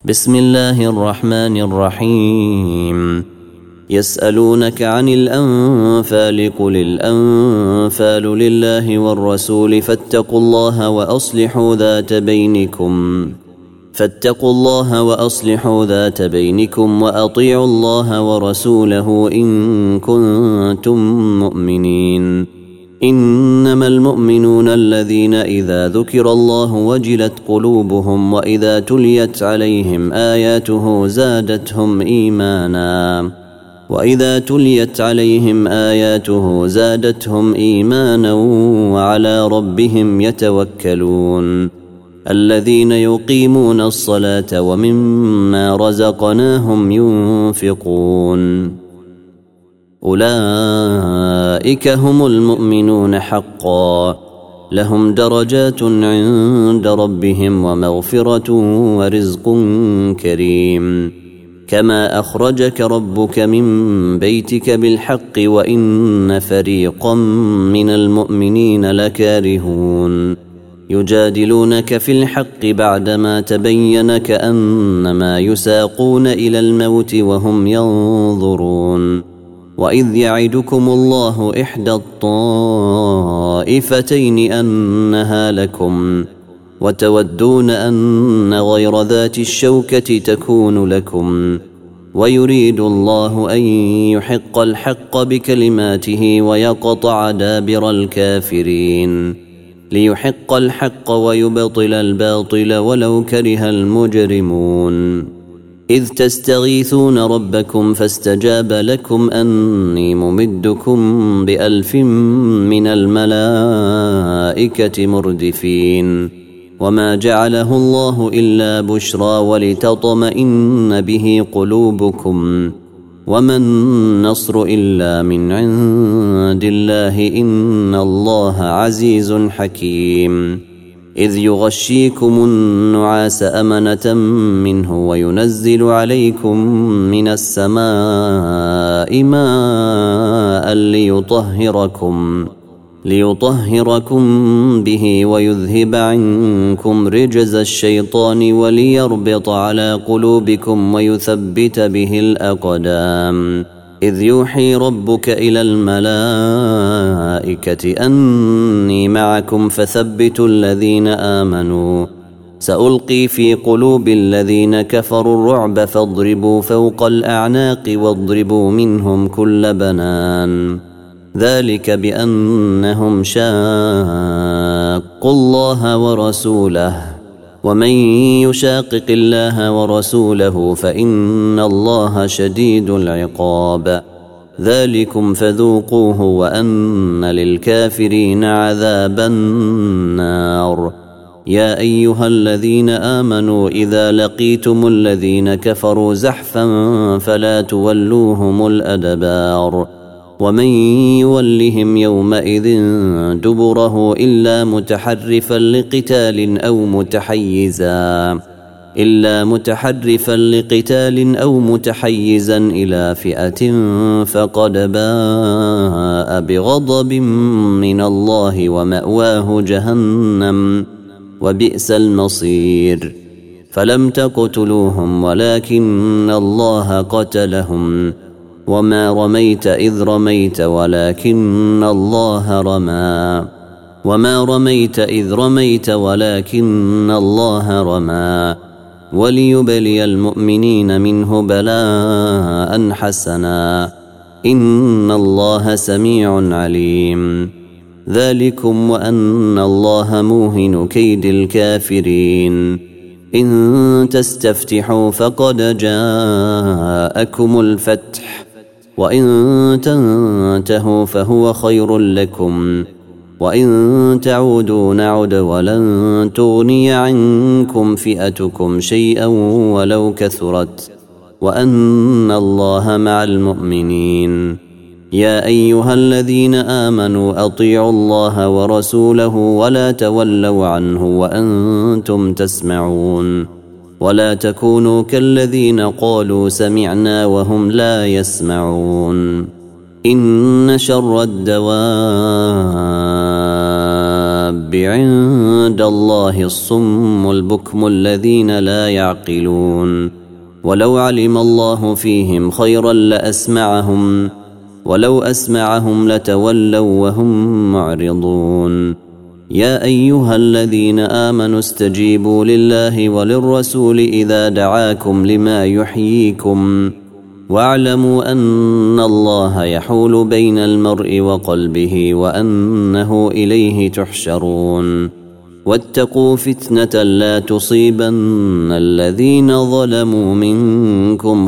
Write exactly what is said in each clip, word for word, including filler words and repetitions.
بسم الله الرحمن الرحيم. يسألونك عن الأنفال قل الأنفال لله والرسول فاتقوا الله وأصلحوا ذات بينكم فاتقوا الله وأصلحوا ذات بينكم وأطيعوا الله ورسوله إن كنتم مؤمنين. إنما المؤمنون الذين إذا ذكر الله وجلت قلوبهم وإذا تليت عليهم آياته زادتهم إيمانا وإذا تليت عليهم آياته زادتهم إيمانا وعلى ربهم يتوكلون. الذين يقيمون الصلاة ومما رزقناهم ينفقون أولئك هم المؤمنون حقا لهم درجات عند ربهم ومغفرة ورزق كريم. كما أخرجك ربك من بيتك بالحق وإن فريقا من المؤمنين لكارهون يجادلونك في الحق بعدما تبين كأنما يساقون إلى الموت وهم ينظرون. وإذ يعدكم الله إحدى الطائفتين أنها لكم وتودون أن غير ذات الشوكة تكون لكم ويريد الله أن يحق الحق بكلماته ويقطع دابر الكافرين ليحق الحق ويبطل الباطل ولو كره المجرمون. إذ تستغيثون ربكم فاستجاب لكم أني ممدكم بألف من الملائكة مردفين. وما جعله الله إلا بشرى ولتطمئن به قلوبكم وما النصر إلا من عند الله إن الله عزيز حكيم. إذ يغشيكم النعاس أمنة منه وينزل عليكم من السماء ماء ليطهركم ليطهركم به ويذهب عنكم رجز الشيطان وليربط على قلوبكم ويثبت به الأقدام. إذ يوحي ربك إلى الملائكة أني معكم فثبتوا الذين آمنوا سألقي في قلوب الذين كفروا الرعب فاضربوا فوق الأعناق واضربوا منهم كل بنان. ذلك بأنهم شاقوا الله ورسوله ومن يشاقق الله ورسوله فإن الله شديد العقاب. ذلكم فذوقوه وأن للكافرين عذاب النار. يا أيها الذين آمنوا إذا لقيتم الذين كفروا زحفا فلا تولوهم الأدبار ومن يولهم يومئذ دبره إلا متحرفا لقتال أو متحيزا إلا متحرفا لقتال أو متحيزا إلى فئة فقد باء بغضب من الله ومأواه جهنم وبئس المصير. فلم تقتلوهم ولكن الله قتلهم وما رميت إذ رميت ولكن الله رمى وما رميت إذ رميت ولكن الله رمى وليبلي المؤمنين منه بلاء حسنا إن الله سميع عليم. ذلكم وأن الله موهن كيد الكافرين. إن تستفتحوا فقد جاءكم الفتح وإن تنتهوا فهو خير لكم وإن تعودوا نعد ولن تغني عنكم فئتكم شيئا ولو كثرت وأن الله مع المؤمنين. يا أيها الذين آمنوا أطيعوا الله ورسوله ولا تولوا عنه وأنتم تسمعون ولا تكونوا كالذين قالوا سمعنا وهم لا يسمعون. إن شر الدواب الدواب عند الله الصم البكم الذين لا يعقلون ولو علم الله فيهم خيرا لأسمعهم ولو أسمعهم لتولوا وهم معرضون يا أيها الذين آمنوا استجيبوا لله وللرسول إذا دعاكم لما يحييكم واعلموا أن الله يحول بين المرء وقلبه وأنه إليه تحشرون واتقوا فتنة لا تصيبن الذين ظلموا منكم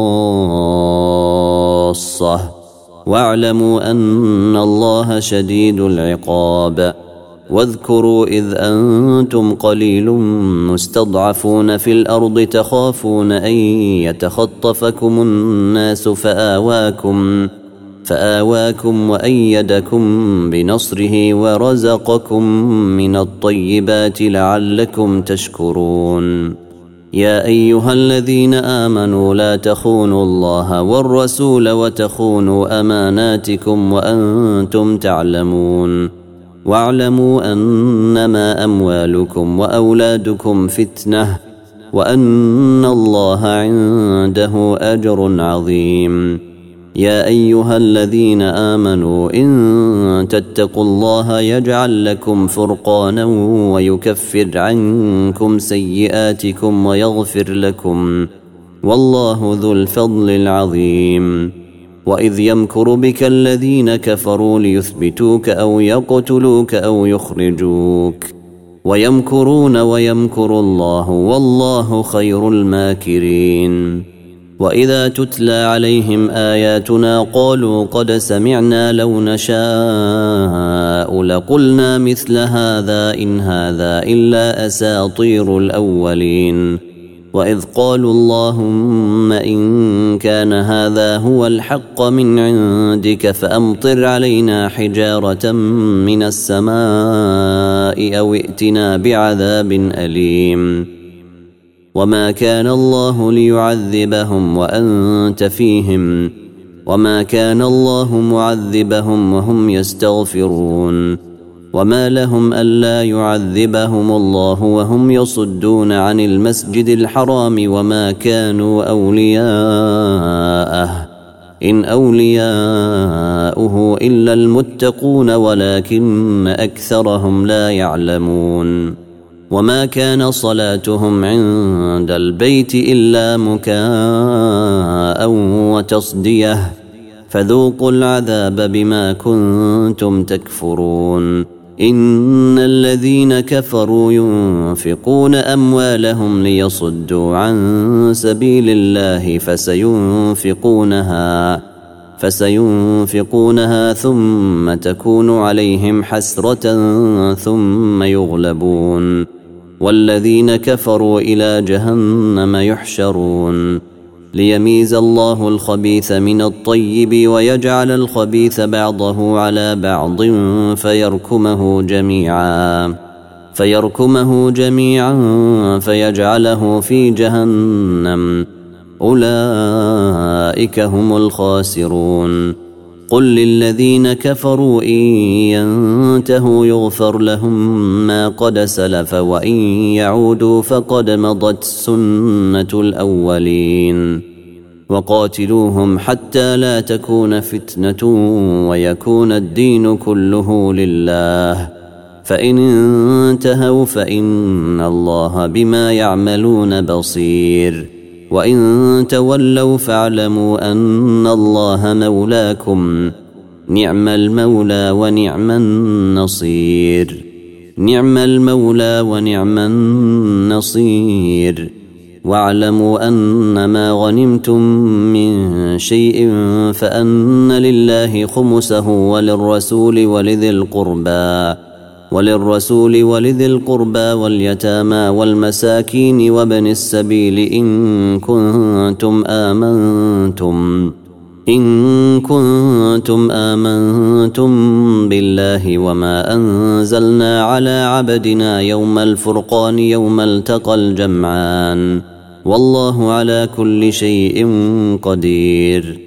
خاصة واعلموا أن الله شديد العقاب واذكروا إذ أنتم قليل مستضعفون في الأرض تخافون أن يتخطفكم الناس فآواكم فآواكم وأيدكم بنصره ورزقكم من الطيبات لعلكم تشكرون يا أيها الذين آمنوا لا تخونوا الله والرسول وتخونوا أماناتكم وأنتم تعلمون واعلموا أنما أموالكم وأولادكم فتنة وأن الله عنده أجر عظيم يا أيها الذين آمنوا إن تتقوا الله يجعل لكم فرقانا ويكفر عنكم سيئاتكم ويغفر لكم والله ذو الفضل العظيم وإذ يمكر بك الذين كفروا ليثبتوك أو يقتلوك أو يخرجوك ويمكرون ويمكر الله والله خير الماكرين وإذا تتلى عليهم آياتنا قالوا قد سمعنا لو نشاء لقلنا مثل هذا إن هذا إلا أساطير الأولين وإذ قالوا اللهم إن كان هذا هو الحق من عندك فأمطر علينا حجارة من السماء أو ائتنا بعذاب أليم وما كان الله ليعذبهم وأنت فيهم وما كان الله معذبهم وهم يستغفرون وما لهم ألا يعذبهم الله وهم يصدون عن المسجد الحرام وما كانوا أولياءه إن أولياؤه إلا المتقون ولكن أكثرهم لا يعلمون وما كان صلاتهم عند البيت إلا مكاء وتصدية فذوقوا العذاب بما كنتم تكفرون إن الذين كفروا ينفقون أموالهم ليصدوا عن سبيل الله فسينفقونها فسينفقونها ثم تكون عليهم حسرة ثم يغلبون والذين كفروا إلى جهنم يحشرون ليميز الله الخبيث من الطيب ويجعل الخبيث بعضه على بعض فيركمه جميعا فيركمه جميعا فيجعله في جهنم أولئك هم الخاسرون قل للذين كفروا إن ينتهوا يغفر لهم ما قد سلف وإن يعودوا فقد مضت سنة الأولين وقاتلوهم حتى لا تكون فتنة ويكون الدين كله لله فإن انتهوا فإن الله بما يعملون بصير وإن تولوا فاعلموا أن الله مولاكم نعم المولى ونعم النصير نعم المولى ونعم النصير واعلموا أن ما غنمتم من شيء فأن لله خمسه وللرسول ولذي القربى وللرسول ولذي القربى واليتامى والمساكين وابن السبيل إن كنتم آمنتم إن كنتم آمنتم بالله وما أنزلنا على عبدنا يوم الفرقان يوم التقى الجمعان والله على كل شيء قدير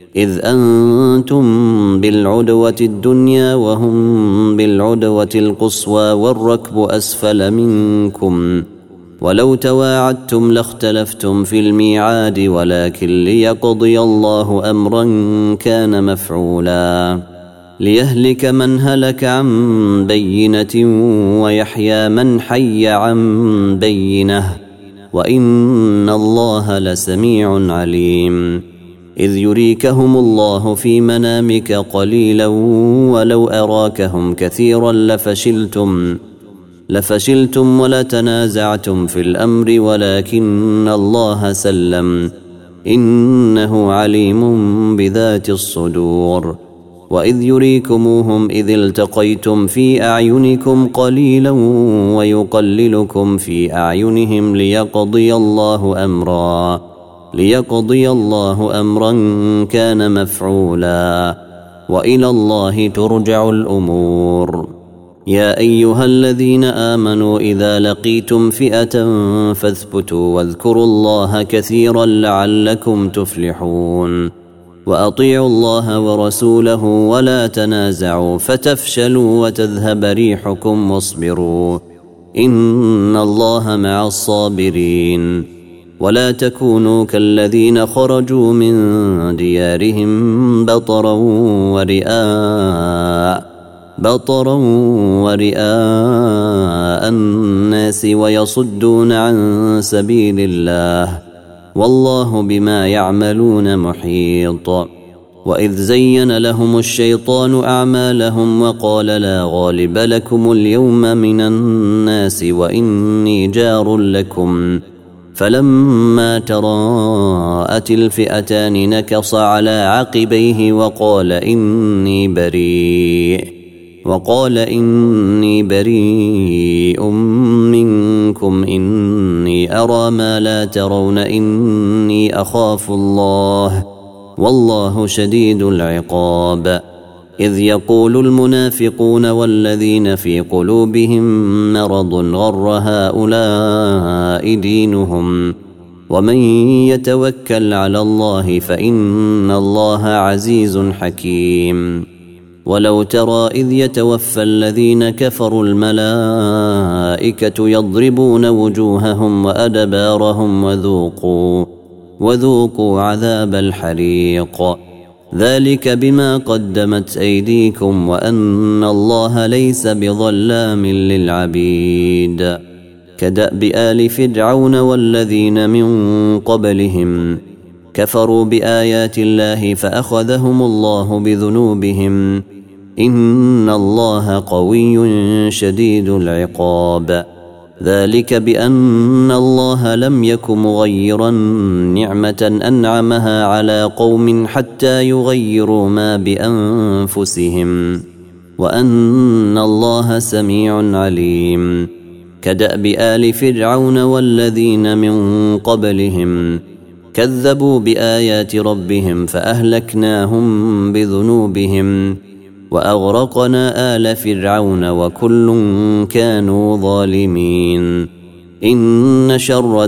إذ أنتم بالعدوة الدنيا وهم بالعدوة القصوى والركب أسفل منكم ولو تواعدتم لاختلفتم في الميعاد ولكن ليقضي الله أمرا كان مفعولا ليهلك من هلك عن بينة ويحيى من حي عن بينة وإن الله لسميع عليم إذ يريكهم الله في منامك قليلا ولو أراكهم كثيرا لفشلتم لفشلتم ولتنازعتم في الأمر ولكن الله سلم إنه عليم بذات الصدور وإذ يريكموهم إذ التقيتم في أعينكم قليلا ويقللكم في أعينهم ليقضي الله أمرا ليقضي الله أمرا كان مفعولا وإلى الله ترجع الأمور يا أيها الذين آمنوا إذا لقيتم فئة فاثبتوا واذكروا الله كثيرا لعلكم تفلحون وأطيعوا الله ورسوله ولا تنازعوا فتفشلوا وتذهب ريحكم واصبروا إن الله مع الصابرين ولا تكونوا كالذين خرجوا من ديارهم بطرا ورئاء بطرا ورئاء الناس ويصدون عن سبيل الله والله بما يعملون محيط وإذ زين لهم الشيطان أعمالهم وقال لا غالب لكم اليوم من الناس وإني جار لكم فلما تراءت الفئتان نكص على عقبيه وقال إني بريء وقال إني بريء منكم إني أرى ما لا ترون إني أخاف الله والله شديد العقاب إذ يقول المنافقون والذين في قلوبهم مرض غر هؤلاء دينهم ومن يتوكل على الله فإن الله عزيز حكيم ولو ترى إذ يتوفى الذين كفروا الملائكة يضربون وجوههم وأدبارهم وذوقوا وذوقوا عذاب الحريق ذلك بما قدمت أيديكم وأن الله ليس بظلام للعبيد كدأب آل فرعون والذين من قبلهم كفروا بآيات الله فأخذهم الله بذنوبهم إن الله قوي شديد العقاب ذلك بأن الله لم يك مغيرا نعمة أنعمها على قوم حتى يغيروا ما بأنفسهم وأن الله سميع عليم كدأب آل فرعون والذين من قبلهم كذبوا بآيات ربهم فأهلكناهم بذنوبهم وأغرقنا آل فرعون وكل كانوا ظالمين إن شر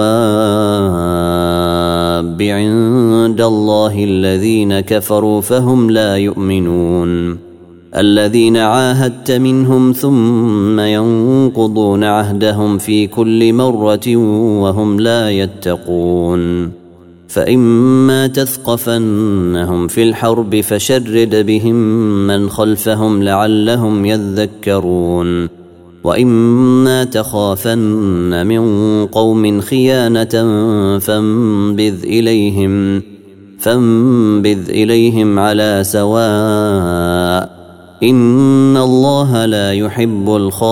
الدواب عند الله الذين كفروا فهم لا يؤمنون الذين عاهدت منهم ثم ينقضون عهدهم في كل مرة وهم لا يتقون فإما تثقفنهم في الحرب فشرد بهم من خلفهم لعلهم يذكرون وإما تخافن من قوم خيانة فانبذ إليهم فانبذ إليهم على سواء إن الله لا يحب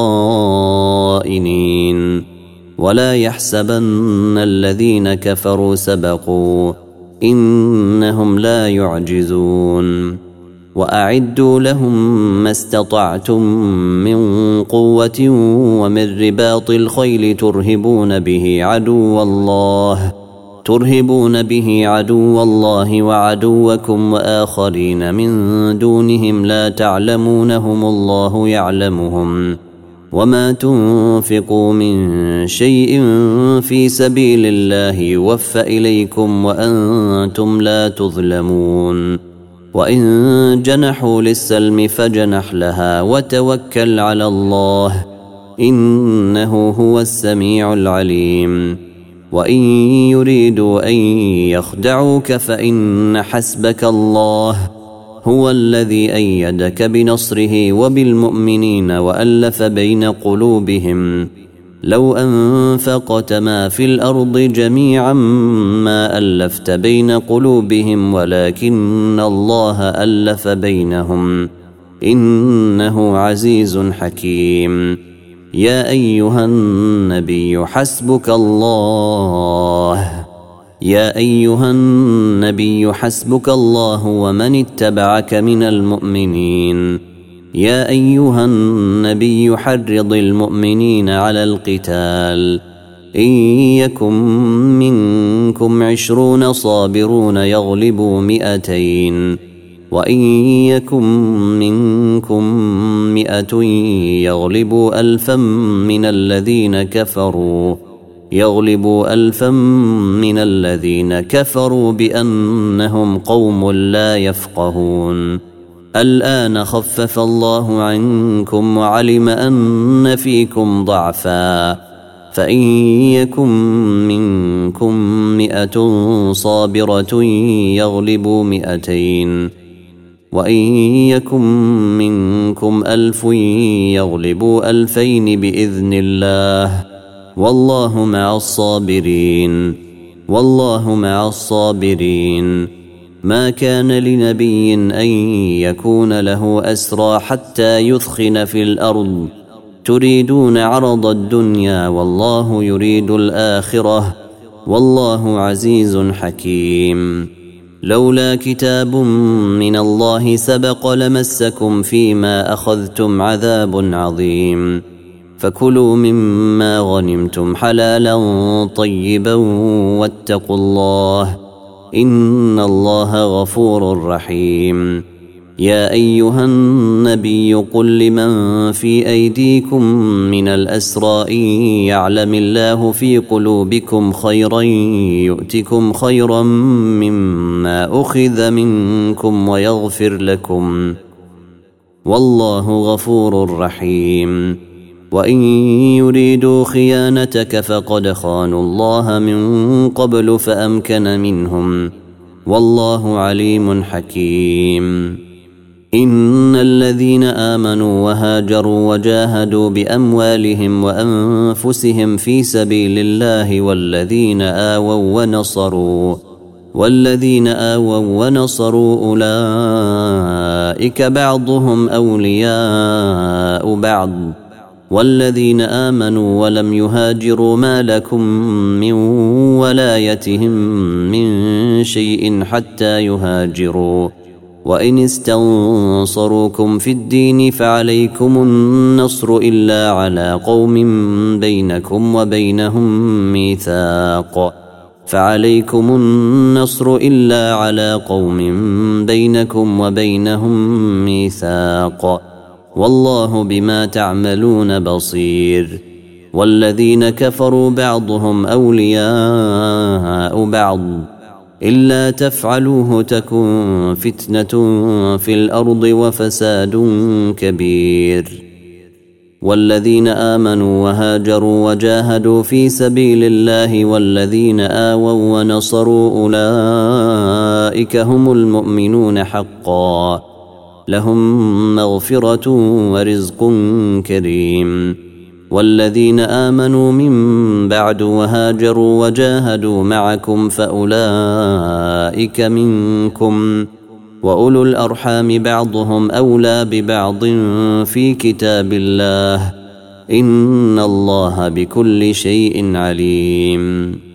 الخائنين ولا يحسبن الذين كفروا سبقوا إنهم لا يعجزون وأعدوا لهم ما استطعتم من قوة ومن رباط الخيل ترهبون به عدو الله ترهبون به عدو الله وعدوكم وآخرين من دونهم لا تعلمونهم الله يعلمهم وما تنفقوا من شيء في سبيل الله يوفى إليكم وأنتم لا تظلمون وإن جنحوا للسلم فجنح لها وتوكل على الله إنه هو السميع العليم وإن يريدوا أن يخدعوك فإن حسبك الله هو الذي أيدك بنصره وبالمؤمنين وألف بين قلوبهم لو أنفقت ما في الأرض جميعا ما ألفت بين قلوبهم ولكن الله ألف بينهم إنه عزيز حكيم يا أيها النبي حسبك الله يا أيها النبي حسبك الله ومن اتبعك من المؤمنين يا أيها النبي حرض المؤمنين على القتال إن يكن منكم عشرون صابرون يغلبوا مئتين وإن يكن منكم مئة يغلبوا ألفا من الذين كفروا يغلبوا ألفا من الذين كفروا بأنهم قوم لا يفقهون الآن خفف الله عنكم وعلم أن فيكم ضعفا فإن يكن منكم مئة صابرة يغلبوا مئتين وإن يكن منكم ألف يغلبوا ألفين بإذن الله والله مع الصابرين والله مع الصابرين ما كان لنبي أن يكون له أسرى حتى يثخن في الأرض تريدون عرض الدنيا والله يريد الآخرة والله عزيز حكيم لولا كتاب من الله سبق لمسكم فيما أخذتم عذاب عظيم فكلوا مما غنمتم حلالا طيبا واتقوا الله إن الله غفور رحيم يا أيها النبي قل لمن في أيديكم من الأسرى إن يعلم الله في قلوبكم خيرا يؤتكم خيرا مما أخذ منكم ويغفر لكم والله غفور رحيم وإن يريدوا خيانتك فقد خانوا الله من قبل فأمكن منهم والله عليم حكيم إن الذين آمنوا وهاجروا وجاهدوا بأموالهم وأنفسهم في سبيل الله والذين آووا ونصروا والذين آووا ونصروا أولئك بعضهم أولياء بعض والذين آمنوا ولم يهاجروا ما لكم من ولايتهم من شيء حتى يهاجروا وإن استنصروكم في الدين فعليكم النصر إلا على قوم بينكم وبينهم ميثاق فعليكم النصر إلا على قوم بينكم وبينهم ميثاق والله بما تعملون بصير والذين كفروا بعضهم أولياء بعض إلا تفعلوه تكن فتنة في الأرض وفساد كبير والذين آمنوا وهاجروا وجاهدوا في سبيل الله والذين آووا ونصروا أولئك هم المؤمنون حقا لهم مغفرة ورزق كريم والذين آمنوا من بعد وهاجروا وجاهدوا معكم فأولئك منكم وأولو الأرحام بعضهم أولى ببعض في كتاب الله إن الله بكل شيء عليم